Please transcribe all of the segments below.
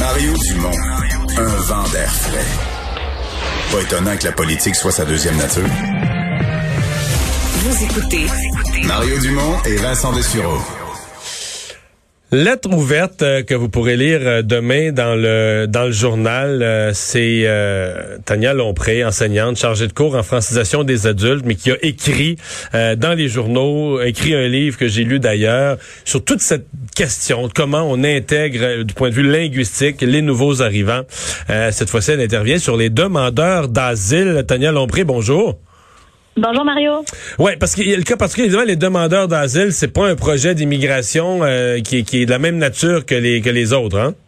Mario Dumont, un vent d'air frais. Pas étonnant que la politique soit sa deuxième nature. Vous écoutez Mario Dumont et Vincent Dessureau. Lettre ouverte que vous pourrez lire demain dans le journal, c'est Tania Lompré, enseignante, chargée de cours en francisation des adultes, mais qui a écrit dans les journaux, écrit un livre que j'ai lu d'ailleurs, sur toute cette question de comment on intègre du point de vue linguistique les nouveaux arrivants. Cette fois-ci, elle intervient sur les demandeurs d'asile. Tania Lompré, bonjour. Bonjour Mario. Ouais, parce qu'il y a le cas particulier, évidemment, les demandeurs d'asile, c'est pas un projet d'immigration qui est de la même nature que les autres, hein?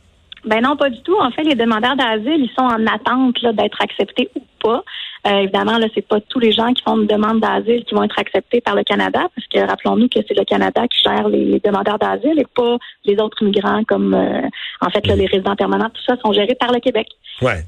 Ben non, pas du tout. En fait, les demandeurs d'asile, ils sont en attente là, d'être acceptés ou pas. Évidemment, là, c'est pas tous les gens qui font une demande d'asile qui vont être acceptés par le Canada, parce que rappelons-nous que c'est le Canada qui gère les demandeurs d'asile et pas les autres migrants comme en fait là, les résidents permanents, tout ça sont gérés par le Québec. Ouais.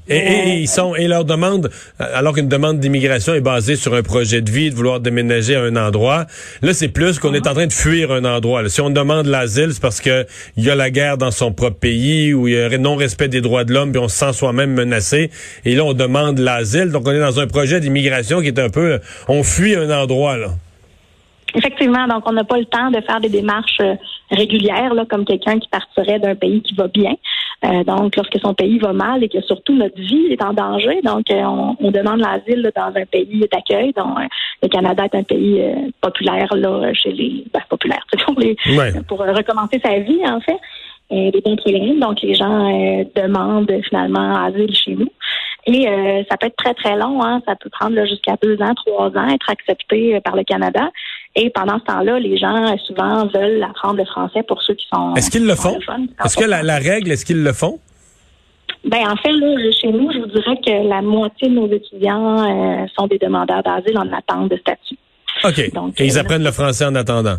Et leur demande, alors qu'une demande d'immigration est basée sur un projet de vie, de vouloir déménager à un endroit, là c'est plus qu'on est en train de fuir un endroit. Là. Si on demande l'asile, c'est parce que il y a la guerre dans son propre pays, ou il y a non-respect des droits de l'homme, puis on se sent soi-même menacé. Et là on demande l'asile, donc on est dans un projet d'immigration qui est un peu, on fuit un endroit là. Effectivement, donc on n'a pas le temps de faire des démarches régulières, là, comme quelqu'un qui partirait d'un pays qui va bien. Donc, lorsque son pays va mal et que surtout notre vie est en danger, donc on demande l'asile là, dans un pays d'accueil. Donc, le Canada est un pays populaire là chez les populaire, pour recommencer sa vie en fait. Des bons programmes, donc les gens demandent finalement asile chez nous. Et ça peut être très, très long, hein. Ça peut prendre là, jusqu'à 2 ans, 3 ans, être accepté par le Canada. Et pendant ce temps-là, les gens souvent veulent apprendre le français pour ceux qui sont... Est-ce qu'ils le font? Est-ce que la règle, est-ce qu'ils le font? Ben en fait, là, chez nous, je vous dirais que la moitié de nos étudiants sont des demandeurs d'asile en attente de statut. OK. Donc, et ils apprennent le français en attendant?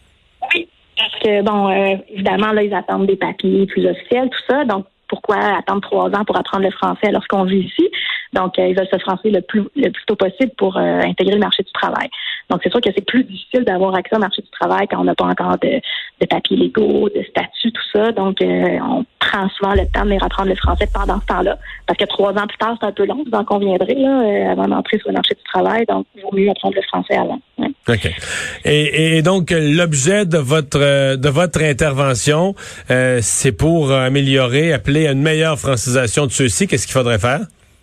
Oui, parce que, évidemment, là, ils attendent des papiers plus officiels, tout ça. Donc, pourquoi attendre 3 ans pour apprendre le français lorsqu'on vit ici? Donc, ils veulent se français le plus tôt possible pour intégrer le marché du travail. Donc, c'est sûr que c'est plus difficile d'avoir accès au marché du travail quand on n'a pas encore de papiers légaux, de statut, tout ça. Donc, on prend souvent le temps de les apprendre le français pendant ce temps-là. Parce que 3 ans plus tard, c'est un peu long, vous en conviendrez, là, avant d'entrer sur le marché du travail. Donc, il vaut mieux apprendre le français avant. Ouais. OK. Et donc, l'objet de votre intervention, c'est pour améliorer, appeler à une meilleure francisation de ceux-ci. Qu'est-ce qu'il faudrait faire?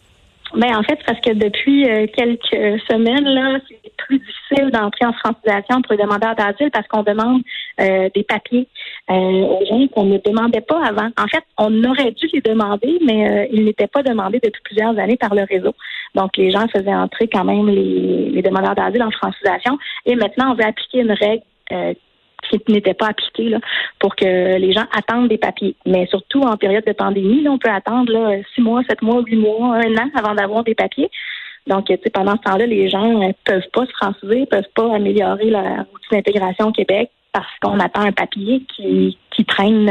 Ben en fait, parce que depuis quelques semaines, là, c'est plus difficile d'entrer en francisation pour les demandeurs d'asile parce qu'on demande des papiers aux gens qu'on ne demandait pas avant. En fait, on aurait dû les demander, mais ils n'étaient pas demandés depuis plusieurs années par le réseau. Donc, les gens faisaient entrer quand même les demandeurs d'asile en francisation. Et maintenant, on veut appliquer une règle qui n'était pas appliquée là, pour que les gens attendent des papiers. Mais surtout en période de pandémie, là, on peut attendre là, 6 mois, 7 mois, 8 mois, 1 an avant d'avoir des papiers. Donc, pendant ce temps-là, les gens peuvent pas se franciser, peuvent pas améliorer leur routine d'intégration au Québec parce qu'on attend un papier qui traîne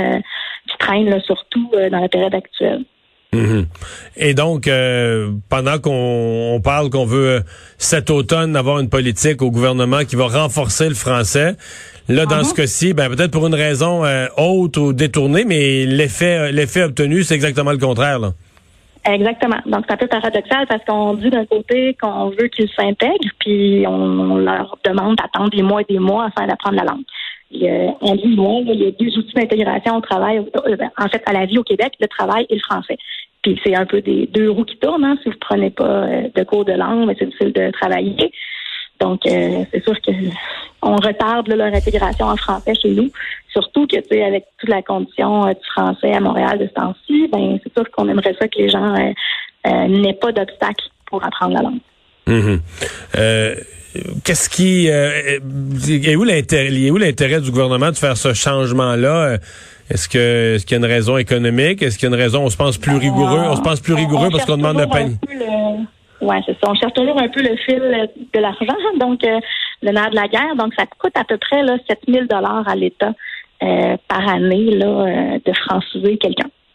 là, surtout dans la période actuelle. Mm-hmm. Et donc, pendant qu'on parle qu'on veut cet automne avoir une politique au gouvernement qui va renforcer le français, là, dans ce cas-ci, peut-être pour une raison haute ou détournée, mais l'effet obtenu, c'est exactement le contraire, là. Exactement. Donc, c'est un peu paradoxal parce qu'on dit d'un côté qu'on veut qu'ils s'intègrent, puis on leur demande d'attendre des mois et des mois afin d'apprendre la langue. En 10 mois, il y a 2 outils d'intégration au travail, en fait, à la vie au Québec, le travail et le français. Puis c'est un peu des 2 roues qui tournent, hein. Si vous prenez pas de cours de langue, mais c'est difficile de travailler. Donc, c'est sûr que on retarde là, leur intégration en français chez nous. Surtout que, tu sais, avec toute la condition du français à Montréal de ce temps-ci, c'est sûr qu'on aimerait ça que les gens n'aient pas d'obstacle pour apprendre la langue. Mm-hmm. Qu'est-ce qui est où l'intérêt du gouvernement de faire ce changement-là? Est-ce qu'il y a une raison économique? Est-ce qu'il y a une raison, on se pense plus rigoureux? On se pense plus rigoureux parce qu'on demande le panier. Oui, c'est ça. On cherche toujours un peu le fil de l'argent, donc le nerf de la guerre. Donc, ça coûte à peu près là, 7 000 $ à l'État par année là, de franciser quelqu'un.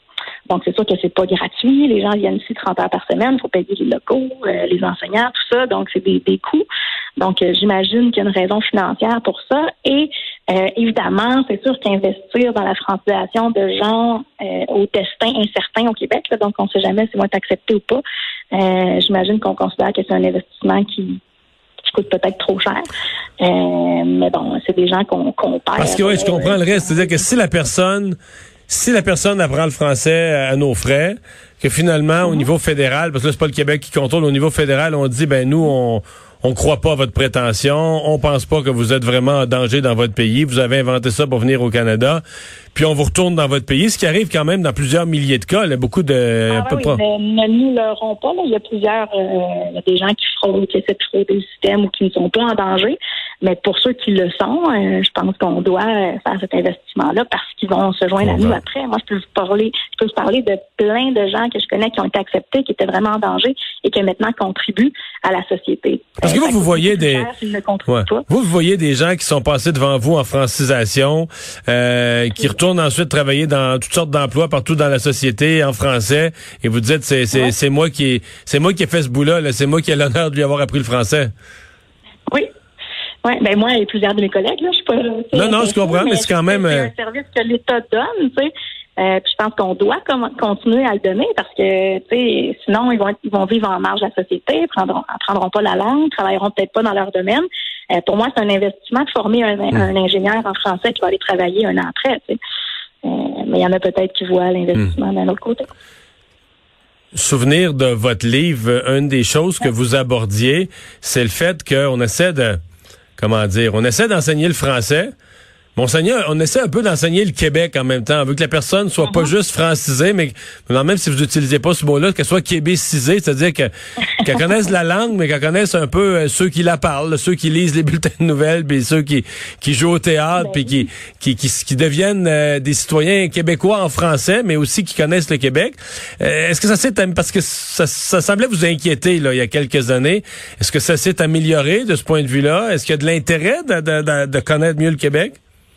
Donc, c'est sûr que c'est pas gratuit. Les gens viennent ici 30 heures par semaine. Il faut payer les locaux, les enseignants, tout ça. Donc, c'est des coûts. Donc, j'imagine qu'il y a une raison financière pour ça. Et évidemment, c'est sûr qu'investir dans la francisation de gens au destin incertain au Québec, là, donc on ne sait jamais s'ils vont être acceptés ou pas, j'imagine qu'on considère que c'est un investissement qui coûte peut-être trop cher. Mais bon, c'est des gens qu'on perd. Parce que oui, je comprends le reste. C'est-à-dire que si la personne apprend le français à nos frais, que finalement, au niveau fédéral, parce que là, c'est pas le Québec qui contrôle, au niveau fédéral, on dit, nous, on croit pas à votre prétention, on pense pas que vous êtes vraiment en danger dans votre pays, vous avez inventé ça pour venir au Canada, puis on vous retourne dans votre pays, ce qui arrive quand même dans plusieurs milliers de cas, là, beaucoup de... ne nous leurrons pas, là. Il y a plusieurs, il y a des gens qui essaient de frauder le système ou qui ne sont pas en danger, mais pour ceux qui le sont, je pense qu'on doit faire cet investissement-là parce qu'ils vont se joindre à nous après. Moi, je peux vous parler de plein de gens que je connais qui ont été acceptés, qui étaient vraiment en danger et qui maintenant contribuent à la société. Parce que vous voyez vous voyez des gens qui sont passés devant vous en francisation, qui retournent ensuite travailler dans toutes sortes d'emplois partout dans la société en français, et vous dites c'est moi qui ai fait ce bout-là, c'est moi qui ai l'honneur de lui avoir appris le français. Oui. Oui, moi et plusieurs de mes collègues, là, je suis pas. Non, je comprends, mais c'est quand même. C'est un service que l'État donne, tu sais. Puis je pense qu'on doit continuer à le donner parce que, tu sais, sinon ils vont vivre en marge de la société, apprendront pas la langue, travailleront peut-être pas dans leur domaine. Pour moi, c'est un investissement de former un ingénieur en français qui va aller travailler un an après, tu sais. Mais il y en a peut-être qui voient l'investissement d'un autre côté. Souvenir de votre livre, une des choses que vous abordiez, c'est le fait qu'on essaie d'enseigner le français. On essaie un peu d'enseigner le Québec en même temps. On veut que la personne soit pas juste francisée, mais même si vous n'utilisez pas ce mot-là, qu'elle soit québécisée, c'est-à-dire qu'elle connaisse la langue, mais qu'elle connaisse un peu ceux qui la parlent, ceux qui lisent les bulletins de nouvelles, puis ceux qui jouent au théâtre, puis qui deviennent des citoyens québécois en français, mais aussi qui connaissent le Québec. Est-ce que ça s'est parce que ça semblait vous inquiéter là il y a quelques années. Est-ce que ça s'est amélioré de ce point de vue-là? Est-ce qu'il y a de l'intérêt de connaître mieux le Québec?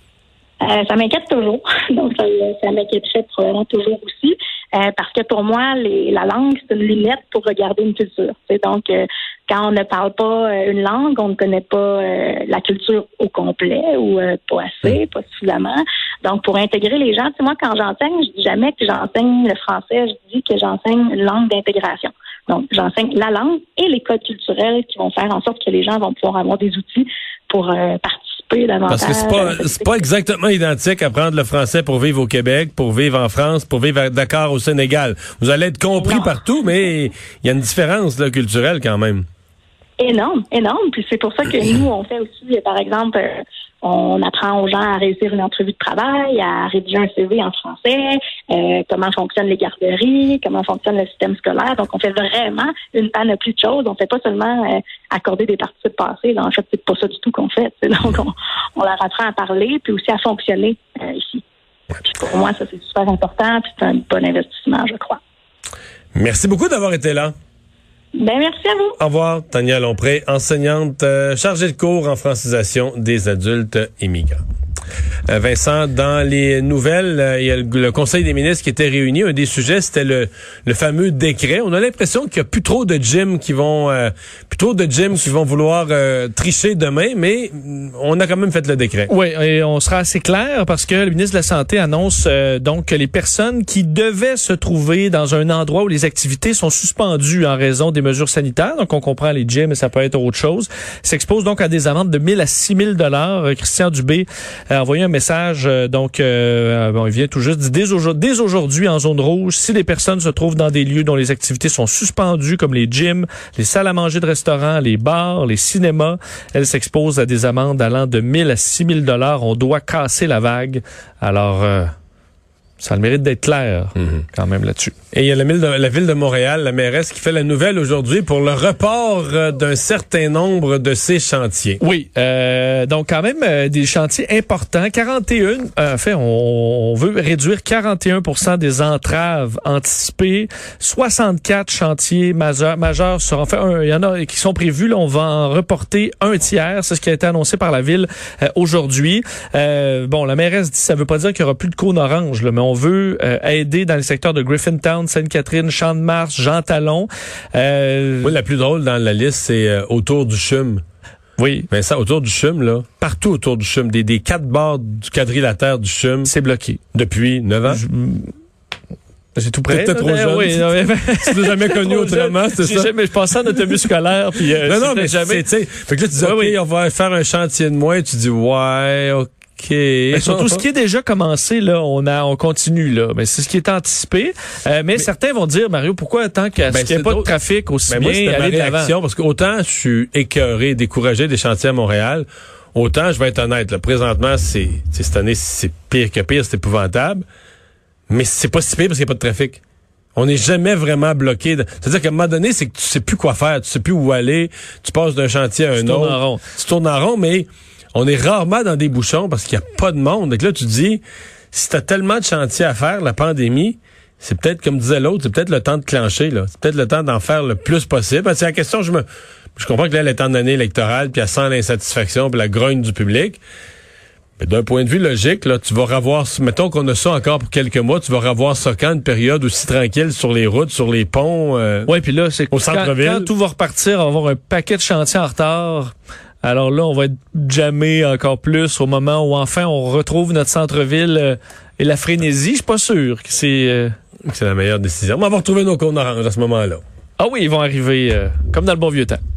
Ça m'inquiète toujours. Donc, ça m'inquiéterait probablement toujours aussi. Parce que pour moi, la langue, c'est une lunette pour regarder une culture. Donc, quand on ne parle pas une langue, on ne connaît pas la culture au complet ou pas assez, pas suffisamment. Donc, pour intégrer les gens, moi, quand j'enseigne, je dis jamais que j'enseigne le français, je dis que j'enseigne une langue d'intégration. Donc, j'enseigne la langue et les codes culturels qui vont faire en sorte que les gens vont pouvoir avoir des outils pour participer davantage. Parce que c'est pas exactement identique apprendre le français pour vivre au Québec, pour vivre en France, pour vivre à Dakar, au Sénégal. Vous allez être compris partout, mais il y a une différence là, culturelle quand même. Énorme. Puis c'est pour ça que nous, on fait aussi, par exemple, on apprend aux gens à réussir une entrevue de travail, à rédiger un CV en français, comment fonctionnent les garderies, comment fonctionne le système scolaire. Donc, on fait vraiment une panoplie de choses. On fait pas seulement accorder des participes passés. En fait, c'est pas ça du tout qu'on fait. Donc, on leur apprend à parler, puis aussi à fonctionner ici. Puis pour moi, ça, c'est super important, puis c'est un bon investissement, je crois. Merci beaucoup d'avoir été là. Merci à vous. Au revoir, Tania Lompré, enseignante chargée de cours en francisation des adultes immigrants. Vincent, dans les nouvelles, il y a le Conseil des ministres qui était réuni. Un des sujets, c'était le fameux décret. On a l'impression qu'il y a plus trop de gyms qui vont vouloir tricher demain, mais on a quand même fait le décret. Oui, et on sera assez clair parce que le ministre de la Santé annonce donc que les personnes qui devaient se trouver dans un endroit où les activités sont suspendues en raison des mesures sanitaires, donc on comprend les gyms, mais ça peut être autre chose, s'exposent donc à des amendes de 1 000 à 6 000 $. Christian Dubé a envoyé un message, il vient tout juste, dès aujourd'hui en zone rouge, si les personnes se trouvent dans des lieux dont les activités sont suspendues, comme les gyms, les salles à manger de restaurants, les bars, les cinémas, elles s'exposent à des amendes allant de 1 000 à 6 000 $. On doit casser la vague. Alors, ça a le mérite d'être clair quand même là-dessus. Et il y a la ville de Montréal, la mairesse, qui fait la nouvelle aujourd'hui pour le report d'un certain nombre de ces chantiers. Oui, donc quand même des chantiers importants. 41, en fait, on veut réduire 41% des entraves anticipées. 64 chantiers majeurs seront faits. Il y en a qui sont prévus. Là, on va en reporter un tiers. C'est ce qui a été annoncé par la ville aujourd'hui. La mairesse dit ça veut pas dire qu'il y aura plus de cône orange, là, mais on on veut aider dans les secteurs de Griffintown, Sainte-Catherine, Champ-de-Mars, Jean-Talon. Oui, la plus drôle dans la liste, c'est autour du CHUM. Oui. Mais ça, autour du CHUM, là, partout autour du CHUM, des 4 bords du quadrilatère du CHUM. C'est bloqué. Depuis 9 ans. C'est tout près. T'es trop jeune. Oui, tu l'as jamais connu autrement, c'est ça? Mais je pensais en autobus scolaire. Puis, non, mais jamais. Fait que là, tu dis, OK, on va faire un chantier de moins. Tu dis, ouais, OK. Mais surtout, ce qui est déjà commencé, là, on continue, là. Mais c'est ce qui est anticipé. Mais certains vont dire, Mario, pourquoi tant qu'il n'y a pas de trafic aussi bien aller de l'avant? Parce qu'autant je suis écœuré, découragé des chantiers à Montréal, autant, je vais être honnête, là, présentement, cette année, c'est pire que pire, c'est épouvantable. Mais c'est pas si pire parce qu'il n'y a pas de trafic. On n'est jamais vraiment bloqué. C'est-à-dire qu'à un moment donné, c'est que tu sais plus quoi faire, tu sais plus où aller, tu passes d'un chantier à un autre. Tu tournes en rond, mais on est rarement dans des bouchons parce qu'il n'y a pas de monde. Donc là, tu te dis, si tu as tellement de chantiers à faire, la pandémie, c'est peut-être, comme disait l'autre, c'est peut-être le temps de clencher, là. C'est peut-être le temps d'en faire le plus possible. Parce que la question, je comprends que là, elle est en année électorale, puis elle sent l'insatisfaction, puis la grogne du public. Mais d'un point de vue logique, là, tu vas revoir, mettons qu'on a ça encore pour quelques mois, tu vas revoir ça quand une période aussi tranquille sur les routes, sur les ponts, ouais, puis là, c'est au centre-ville. Quand tout va repartir, on va avoir un paquet de chantiers en retard. Alors là, on va être jamais encore plus au moment où enfin on retrouve notre centre-ville et la frénésie. Je suis pas sûr que c'est la meilleure décision. Mais on va retrouver nos cônes oranges à ce moment-là. Ah oui, ils vont arriver comme dans le bon vieux temps.